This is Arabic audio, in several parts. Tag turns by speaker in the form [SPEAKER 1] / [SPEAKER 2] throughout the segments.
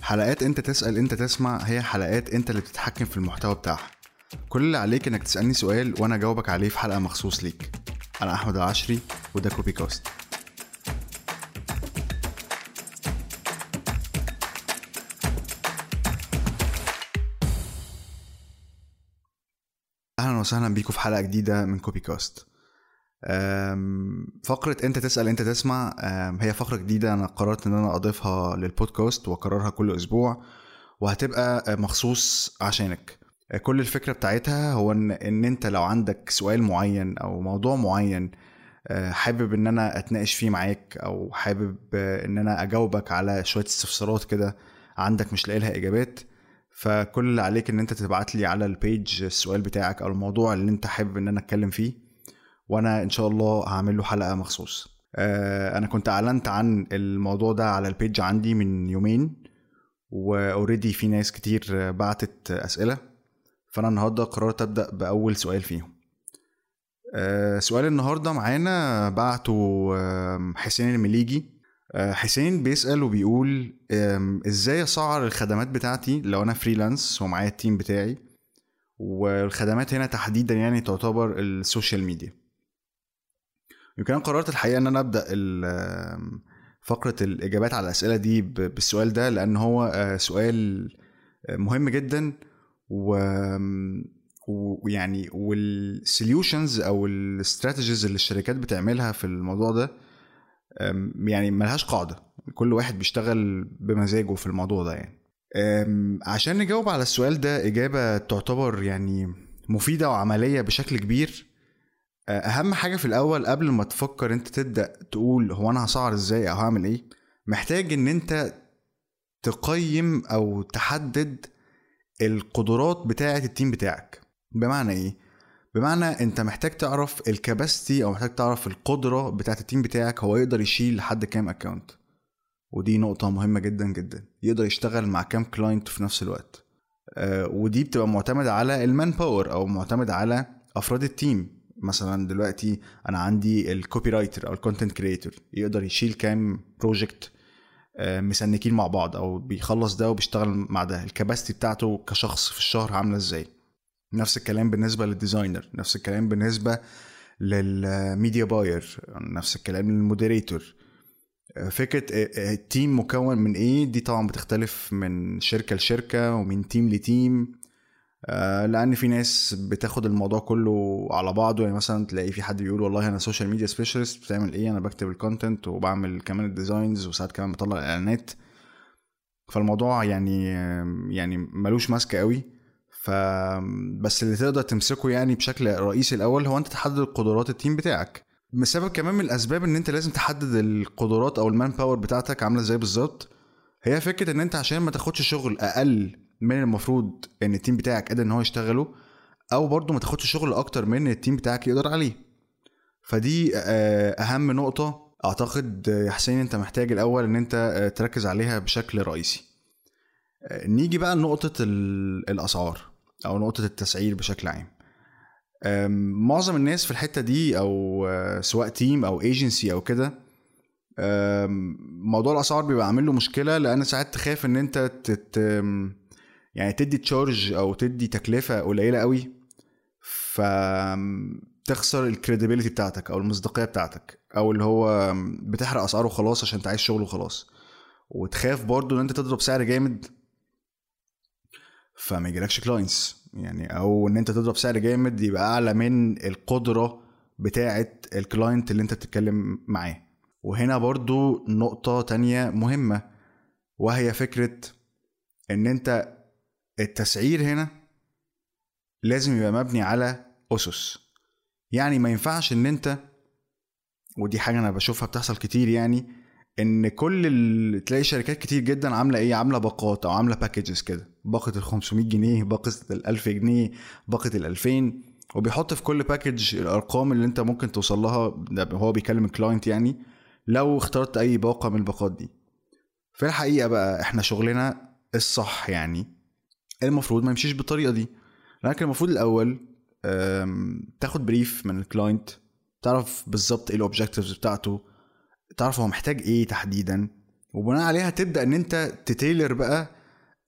[SPEAKER 1] حلقات انت تسأل انت تسمع هي حلقات انت اللي بتتحكم في المحتوى بتاعها. كل اللي عليك انك تسألني سؤال وانا جاوبك عليه في حلقة مخصوص ليك. انا احمد العشري وده كوبي كاست. اهلا وسهلا بيكم في حلقة جديدة من كوبي كاست. فقرة انت تسأل انت تسمع هي فقرة جديدة انا قررت ان انا اضيفها للبودكاست واكررها كل اسبوع، وهتبقى مخصوص عشانك. كل الفكرة بتاعتها هو ان انت لو عندك سؤال معين او موضوع معين حابب ان انا اتناقش فيه معاك، او حابب ان انا اجاوبك على شوية استفسارات كده عندك مش لاقي لها اجابات، فكل اللي عليك ان انت تبعت لي على البيج السؤال بتاعك او الموضوع اللي انت حابب ان انا اتكلم فيه، وانا ان شاء الله هعمل له حلقة مخصوص. انا كنت اعلنت عن الموضوع ده على البيج عندي من يومين، واوريدي في ناس كتير بعتت اسئله، فانا النهارده قررت ابدا باول سؤال فيهم. سؤال النهارده معانا بعته حسين المليجي. حسين بيسال وبيقول ازاي اسعر الخدمات بتاعتي لو انا فريلانس ومعايا التيم بتاعي، والخدمات هنا تحديدا يعني تعتبر السوشيال ميديا. يمكن انا قررت الحقيقه ان انا ابدا فقره الاجابات على الاسئله دي بالسؤال ده، لان هو سؤال مهم جدا، ويعني والسوليوشنز او الاستراتيجيز اللي الشركات بتعملها في الموضوع ده يعني ملهاش قاعده، كل واحد بيشتغل بمزاجه في الموضوع ده يعني. عشان نجاوب على السؤال ده اجابه تعتبر يعني مفيده وعمليه بشكل كبير، اهم حاجه في الاول قبل ما تفكر انت تبدا تقول هو انا هسعر ازاي او هعمل ايه، محتاج ان انت تقيم او تحدد القدرات بتاعه التيم بتاعك. بمعنى ايه؟ بمعنى انت محتاج تعرف الكاباسيتي او محتاج تعرف القدره بتاعه التيم بتاعك، هو يقدر يشيل لحد كام اكاونت، ودي نقطه مهمه جدا جدا. يقدر يشتغل مع كام كلاينت في نفس الوقت، ودي بتبقى معتمده على المان باور او معتمد على افراد التيم. مثلا دلوقتي انا عندي الكوبي رايتر او الكونتنت كريتور، يقدر يشيل كام بروجكت مسنكين مع بعض، او بيخلص ده وبيشتغل مع ده، الكاباسيتي بتاعته كشخص في الشهر عامله ازاي. نفس الكلام بالنسبه للديزاينر، نفس الكلام بالنسبه للميديا باير، نفس الكلام للمودريتور. فكره التيم مكون من ايه دي طبعا بتختلف من شركه لشركه ومن تيم لتيم، لان في ناس بتاخد الموضوع كله على بعضه. يعني مثلا تلاقي في حد بيقول والله انا سوشيال ميديا سبيشالست، بتعمل ايه؟ انا بكتب الكونتنت وبعمل كمان الديزاينز وساعات كمان بطلع الاعلانات. فالموضوع يعني ملوش ماسكه قوي. بس اللي تقدر تمسكه يعني بشكل رئيسي الاول هو انت تحدد القدرات التيم بتاعك. بسبب كمان من الاسباب ان انت لازم تحدد القدرات او المان باور بتاعتك عامله ازاي بالظبط، هي فكره ان انت عشان ما تاخدش شغل اقل من المفروض ان التيم بتاعك قادر ان هو يشتغله، او برضو ما تاخدش شغل اكتر من التيم بتاعك يقدر عليه. فدي اهم نقطة اعتقد يا حسين انت محتاج الاول ان انت تركز عليها بشكل رئيسي. نيجي بقى لنقطة الاسعار او نقطة التسعير بشكل عام. معظم الناس في الحتة دي او سواء تيم او ايجنسي او كده، موضوع الاسعار بيبقى عامل له مشكلة، لان ساعات تخاف ان انت يعني تدي تشارج او تدي تكلفة قليلة قوي، فتخسر الكريديبيليتي بتاعتك او المصداقية بتاعتك، او اللي هو بتحرق اسعاره خلاص عشان تعيش شغله خلاص. وتخاف برضو ان انت تضرب سعر جامد فما يجيلكش كلاينتس، يعني او ان انت تضرب سعر جامد يبقى اعلى من القدرة بتاعة الكلاينت اللي انت بتتكلم معاه. وهنا برضو نقطة تانية مهمة، وهي فكرة ان انت التسعير هنا لازم يبقى مبني على أسس. يعني ما ينفعش ان انت، ودي حاجة انا بشوفها بتحصل كتير، يعني ان تلاقي شركات كتير جدا عاملة ايه، عاملة باقات او عاملة باكجز كده، باقة 500 جنيه، باقة 1000 جنيه، باقة 2000، وبيحط في كل باكج الارقام اللي انت ممكن توصل لها. ده هو بيكلم الكلاينت يعني لو اخترت اي باقة من الباقات دي. في الحقيقة بقى احنا شغلنا الصح يعني المفروض ما يمشيش بالطريقة دي، لكن المفروض الاول تاخد بريف من الكلاينت، تعرف بالظبط ايه الاوبجكتيفز بتاعته، تعرف هو محتاج ايه تحديدا، وبناء عليها تبدا ان انت تتيلر بقى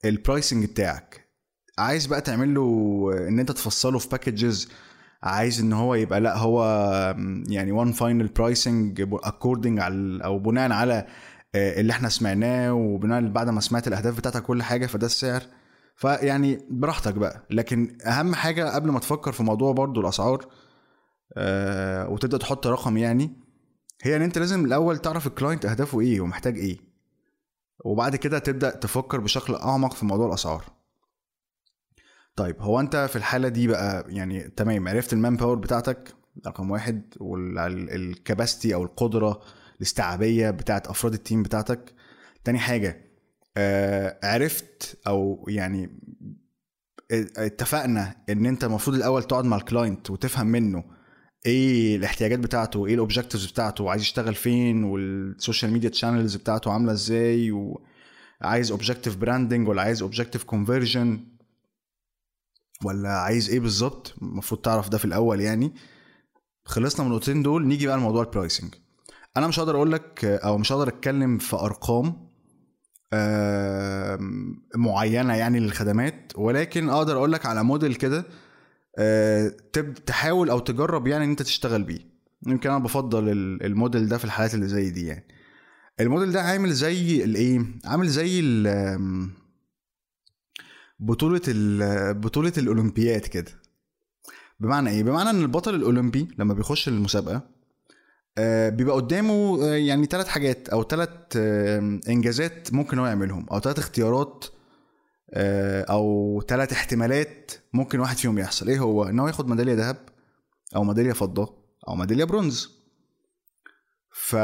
[SPEAKER 1] البرايسنج بتاعك، عايز بقى تعمل له ان انت تفصله في باكجز، عايز ان هو يبقى لا هو يعني one final pricing according على او بناء على اللي احنا سمعناه، وبناء بعد ما سمعت الاهداف بتاعتك كل حاجه فده السعر. فيعني براحتك بقى، لكن اهم حاجه قبل ما تفكر في موضوع برضو الاسعار وتبدا تحط رقم يعني، هي ان انت لازم الاول تعرف الكلاينت اهدافه ايه ومحتاج ايه، وبعد كده تبدا تفكر بشكل اعمق في موضوع الاسعار. طيب هو انت في الحاله دي بقى يعني تمام، عرفت المان باور بتاعتك رقم واحد، والكاباسيتي او القدره الاستيعابيه بتاعت افراد التيم بتاعتك. تاني حاجه عرفت او يعني اتفقنا ان انت المفروض الاول تقعد مع الكلاينت وتفهم منه ايه الاحتياجات بتاعته، ايه الاوبجكتيفز بتاعته، وعايز يشتغل فين، والسوشيال ميديا تشانلز بتاعته عامله ازاي، وعايز اوبجكتيف براندنج ولا عايز اوبجكتيف كونفرجن ولا عايز ايه بالظبط. المفروض تعرف ده في الاول يعني. خلصنا من النقطتين دول، نيجي بقى لموضوع البرايسنج. انا مش هقدر اقول لك او مش هقدر اتكلم في ارقام معينه يعني للخدمات، ولكن اقدر اقول لك على موديل كده تحاول او تجرب يعني ان انت تشتغل بيه. يمكن انا بفضل الموديل ده في الحالات اللي زي دي يعني. الموديل ده عامل زي الايه، عامل زي بطولة الأولمبياد كده. بمعنى ايه؟ بمعنى ان البطل الأولمبي لما بيخش المسابقة بيبقى قدامه يعني 3 حاجات او 3 انجازات ممكن هو يعملهم، او 3 اختيارات او 3 احتمالات ممكن واحد فيهم يحصل. ايه هو؟ ان هو ياخد ميدالية ذهب او ميدالية فضة او ميدالية برونز. ف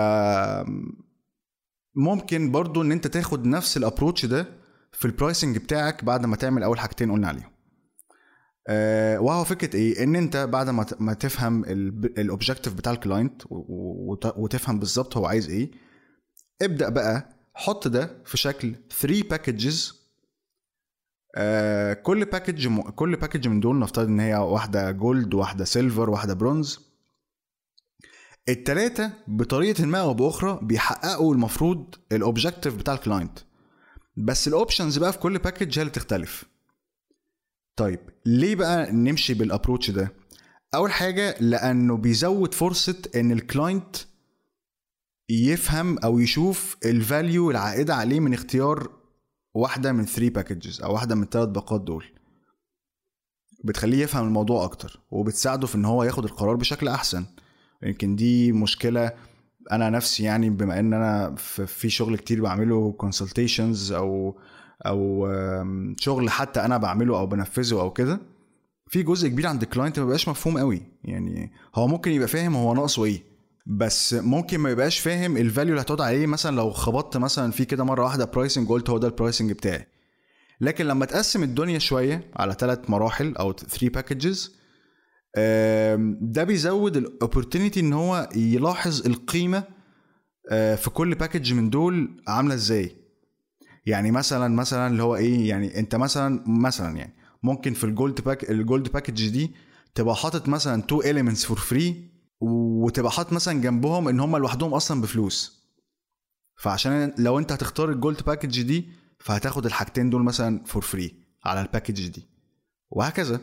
[SPEAKER 1] ممكن برضو ان انت تاخد نفس الابروتش ده في البرايسنج بتاعك بعد ما تعمل اول حاجتين قلنا عليهم. وهو فكرة ايه؟ ان انت بعد ما تفهم الاوبجكتيف بتاع الكلاينت وتفهم بالظبط هو عايز ايه، ابدأ بقى حط ده في شكل 3 باكجز. كل باكج من دول نفترض ان هي واحدة جولد، واحدة سيلفر، واحدة برونز. التلاتة بطريقة ما او باخرى بيحققوا المفروض الاوبجكتيف بتاع الكلاينت، بس الاوبشنز بقى في كل باكج هي اللي تختلف. طيب ليه بقى نمشي بالابروتش ده؟ اول حاجة لانه بيزود فرصة ان الكلاينت يفهم او يشوف الفاليو العائدة عليه من اختيار واحدة من 3 باكجز او واحدة من 3 باقات دول. بتخليه يفهم الموضوع اكتر، وبتساعده في ان هو ياخد القرار بشكل احسن. يمكن دي مشكلة انا نفسي يعني، بما ان انا في شغل كتير بعمله consultations او شغل حتى انا بعمله او بنفذه او كده، في جزء كبير عند الكلاينت ما بقاش مفهوم قوي. يعني هو ممكن يبقى فاهم هو ناقصه ايه، بس ممكن ما يبقاش فاهم الفاليو اللي هتقعد عليه. مثلا لو خبطت مثلا في كده مره واحده برايسنج قلت هو ده البرايسنج بتاعي، لكن لما تقسم الدنيا شويه على 3 مراحل او 3 باكجز، ده بيزود الاوبورتونيتي ان هو يلاحظ القيمه في كل باكج من دول عامله ازاي. يعني مثلا اللي هو ايه، يعني انت مثلا يعني ممكن في الجولد باكج دي تبقى حاطط مثلا 2 elements for free، وتبقى حاطط مثلا جنبهم ان هم لوحدهم اصلا بفلوس. فعشان لو انت هتختار الجولد باكج دي فهتاخد الحاجتين دول مثلا for free على الباكج دي، وهكذا.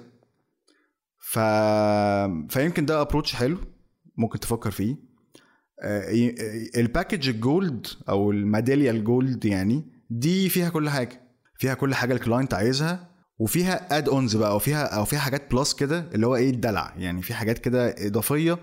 [SPEAKER 1] فيمكن ده ابروتش حلو ممكن تفكر فيه. الباكج الجولد او الميداليه الجولد يعني دي فيها كل حاجه، فيها كل حاجه الكلاينت عايزها، وفيها اد اونز بقى، او فيها حاجات بلس كده اللي هو ايه الدلع يعني. في حاجات كده اضافيه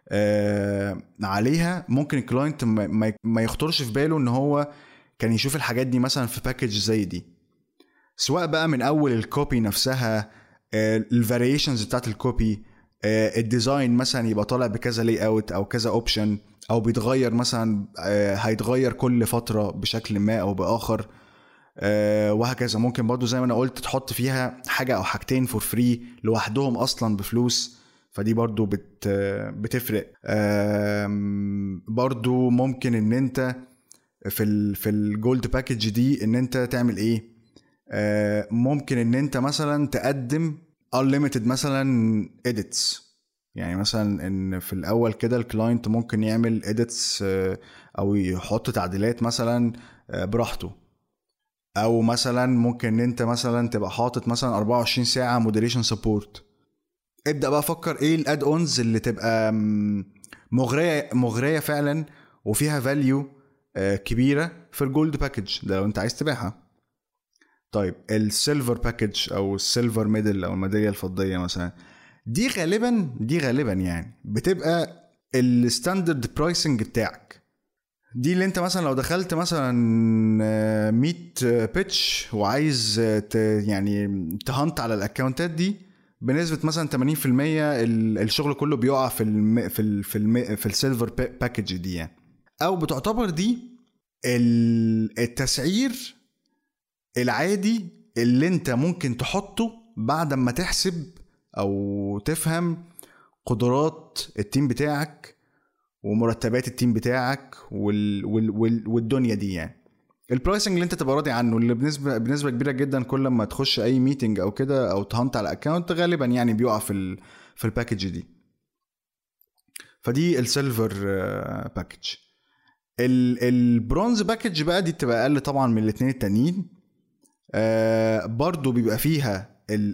[SPEAKER 1] عليها ممكن الكلاينت ما يخطرش في باله ان هو كان يشوف الحاجات دي مثلا في باكج زي دي. سواء بقى من اول الكوبي نفسها، الفاريشنز بتاعت الكوبي، الديزاين مثلا يبقى طالع بكذا لاي اوت او كذا اوبشن، او بيتغير مثلا هيتغير كل فتره بشكل ما او باخر، وهكذا. ممكن برضو زي ما انا قلت تحط فيها حاجه او حاجتين فور فري لوحدهم اصلا بفلوس، فدي برضو بتفرق. برضو ممكن ان انت في الجولد باكج دي ان انت تعمل ايه، ممكن ان انت مثلا تقدم unlimited مثلا edits. يعني مثلا ان في الاول كده الكلاينت ممكن يعمل edits او يحط تعديلات مثلا براحته، او مثلا ممكن ان انت مثلا تبقى حاطط مثلا 24 ساعه مودريشن سبورت. ابدا بقى فكر ايه الاد اونز اللي تبقى مغريه فعلا وفيها فاليو كبيره في الجولد باكج ده لو انت عايز تبيعها. طيب السيلفر باكج او السيلفر ميدل او الميداليه الفضيه مثلا، دي غالبا يعني بتبقى الستاندرد برايسنج بتاعك. دي اللي انت مثلا لو دخلت مثلا 100 بيتش وعايز يعني تهنت على الاكونتات دي بنسبه مثلا 80% الشغل كله بيقع في السيلفر باكج دي يعني. او بتعتبر دي التسعير العادي اللي انت ممكن تحطه بعد ما تحسب او تفهم قدرات التيم بتاعك ومرتبات التيم بتاعك والدنيا دي يعني. البرايسنج اللي انت تبقى راضي عنه اللي بنسبه كبيره جدا كل ما تخش اي ميتنج او كده او تهنت على اكونت غالبا يعني بيقع في الباكج دي. فدي السيلفر باكج. البرونز باكج بقى دي بتبقى اقل طبعا من الاثنين التانيين. برضو بيبقى فيها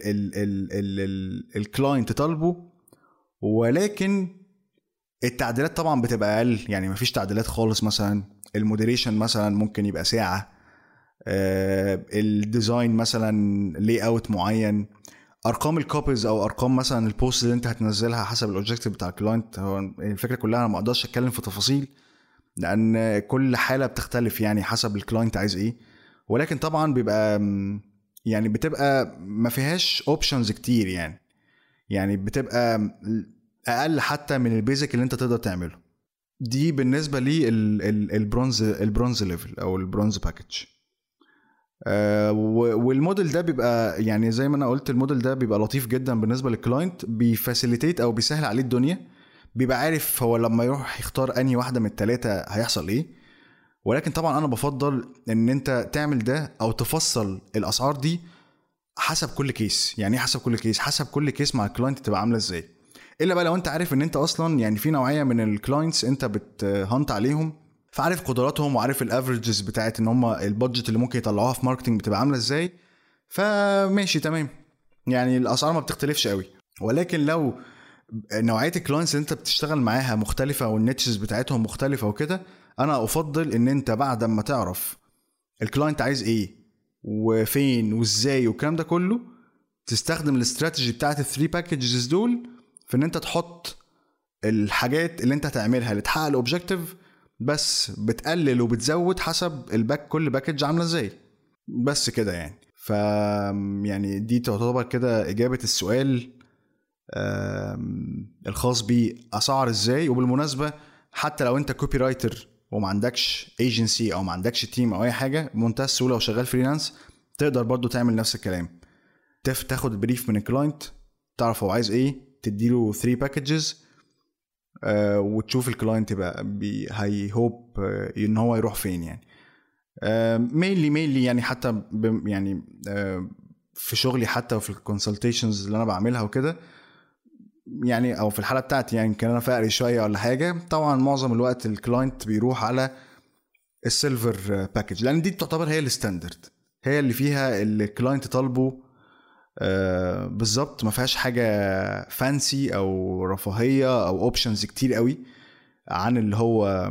[SPEAKER 1] الكلاينت طالبه، ولكن التعديلات طبعا بتبقى اقل يعني مفيش تعديلات خالص. مثلا المودريشن مثلا ممكن يبقى ساعة، الديزاين مثلا لي اوت معين، ارقام الكوبيز او ارقام مثلا البوست اللي انت هتنزلها حسب الاوبجكتيف بتاع الكلاينت. هو الفكرة كلها انا ما اقدرش اتكلم في تفاصيل لان كل حالة بتختلف يعني حسب الكلاينت عايز ايه، ولكن طبعا بيبقى يعني بتبقى ما فيهاش اوبشنز كتير يعني بتبقى اقل حتى من البيزك اللي انت تقدر تعمله. دي بالنسبه لي البرونز ليفل او البرونز باكج. والموديل ده بيبقى يعني زي ما انا قلت الموديل ده بيبقى لطيف جدا بالنسبه للكلاينت، بيفاسيليتيت او بيسهل عليه الدنيا، بيبقى عارف هو لما يروح يختار انهي واحده من الثلاثه هيحصل ايه. ولكن طبعا انا بفضل ان انت تعمل ده او تفصل الاسعار دي حسب كل كيس. يعني حسب كل كيس، حسب كل كيس مع الكلاينت تبقى عامله ازاي. الا بقى لو انت عارف ان انت اصلا يعني في نوعيه من الكلاينتس انت بتهانت عليهم فعارف قدراتهم وعارف الافريجز بتاعت ان هم البادجت اللي ممكن يطلعوها في ماركتنج بتبقى عامله ازاي، فماشي تمام يعني الاسعار ما بتختلفش قوي. ولكن لو نوعيه الكلاينتس اللي انت بتشتغل معاها مختلفه والنيتشز بتاعتهم مختلفه وكده، انا افضل ان انت بعد ما تعرف الكلاينت عايز ايه وفين وازاي والكلام ده كله تستخدم الاستراتيجي بتاعت الثري باكجز دول في ان انت تحط الحاجات اللي انت هتعملها لتحقق الاوبجكتيف، بس بتقلل وبتزود حسب كل باكج عامله ازاي. بس كده يعني. ف يعني دي تعتبر كده اجابه السؤال الخاص باسعار ازاي. وبالمناسبه حتى لو انت كوبي رايتر وما عندكش ايجنسي او ما عندكش تيم او اي حاجه، بمنتهى السهوله وشغال فريلانس تقدر برضو تعمل نفس الكلام. تاخد البريف من الكلاينت، تعرف هو عايز ايه، تديله 3 باكجز وتشوف الكلاينت بقى هاي هوب ان هو يروح فين يعني. مينلي يعني حتى يعني في شغلي حتى وفي الكونسلتيشنز اللي انا بعملها وكده يعني، او في الحاله بتاعتي يعني كان انا فقري شويه ولا حاجه، طبعا معظم الوقت الكلاينت بيروح على السيلفر باكج لان دي تعتبر هي الستاندرد، هي اللي فيها الكلاينت طالبه بالظبط، ما فيهاش حاجه فانسي او رفاهيه او اوبشنز كتير قوي عن اللي هو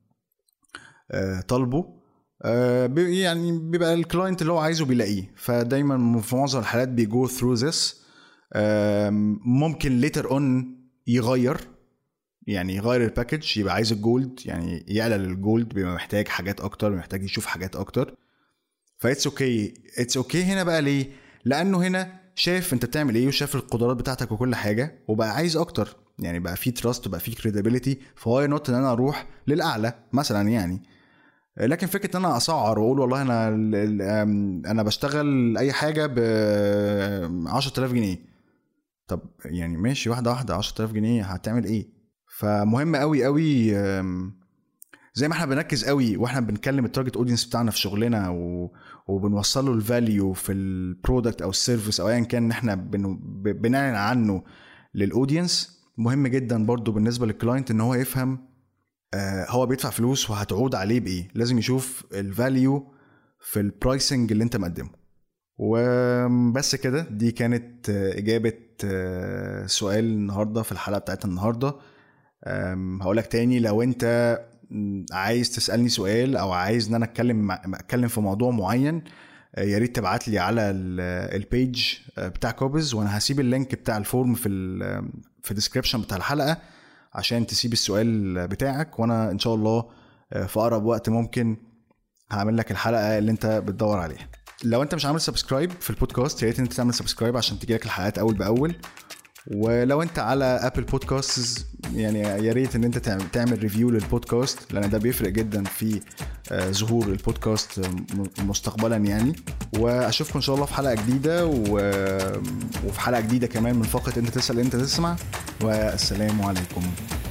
[SPEAKER 1] طالبه. يعني بيبقى الكلاينت اللي هو عايزه بيلاقيه. فدايما في معظم الحالات بيجو ثرو ذس. ممكن later on يغير الباكج، يبقى عايز الجولد يعني يعلى للجولد، بيبقى محتاج حاجات اكتر، محتاج يشوف حاجات اكتر. فايتس اوكي اتس اوكي هنا بقى. ليه؟ لانه هنا شايف انت بتعمل ايه وشاف القدرات بتاعتك وكل حاجه وبقى عايز اكتر، يعني بقى في تراست وبقى في كريديبيليتي، فهو نوت ان انا اروح للاعلى مثلا يعني. لكن فكره ان انا اسعر واقول والله انا بشتغل اي حاجه ب 10000 جنيه، طب يعني ماشي واحده 10000 جنيه هتعمل ايه؟ فمهم قوي قوي زي ما احنا بنركز قوي واحنا بنكلم التارجت اودينس بتاعنا في شغلنا وبنوصله الفاليو في البرودكت او السيرفيس او ايا كان احنا بنعلن عنه للاودينس، مهم جدا برضو بالنسبه للكلاينت ان هو يفهم هو بيدفع فلوس وهتعود عليه بايه. لازم يشوف الفاليو في البرايسنج اللي انت مقدمه. وبس كده، دي كانت اجابة سؤال النهاردة في الحلقة بتاعتنا النهاردة. هقولك تاني، لو انت عايز تسألني سؤال او عايز ان انا اتكلم في موضوع معين، يا ريت تبعت لي على البيج بتاع كوبز، وانا هسيب اللينك بتاع الفورم في الديسكريبشن بتاع الحلقة عشان تسيب السؤال بتاعك، وانا ان شاء الله في اقرب وقت ممكن هعمل لك الحلقة اللي انت بتدور عليها. لو انت مش عامل سبسكرايب في البودكاست، يا ريت انت تعمل سبسكرايب عشان تجيلك الحلقات اول باول. ولو انت على ابل بودكاست، يعني يا ريت ان انت تعمل ريفيو للبودكاست، لان ده بيفرق جدا في ظهور البودكاست مستقبلا يعني. واشوفكم ان شاء الله في حلقة جديدة، وفي حلقة جديدة كمان من فقط انت تسأل انت تسمع. والسلام عليكم.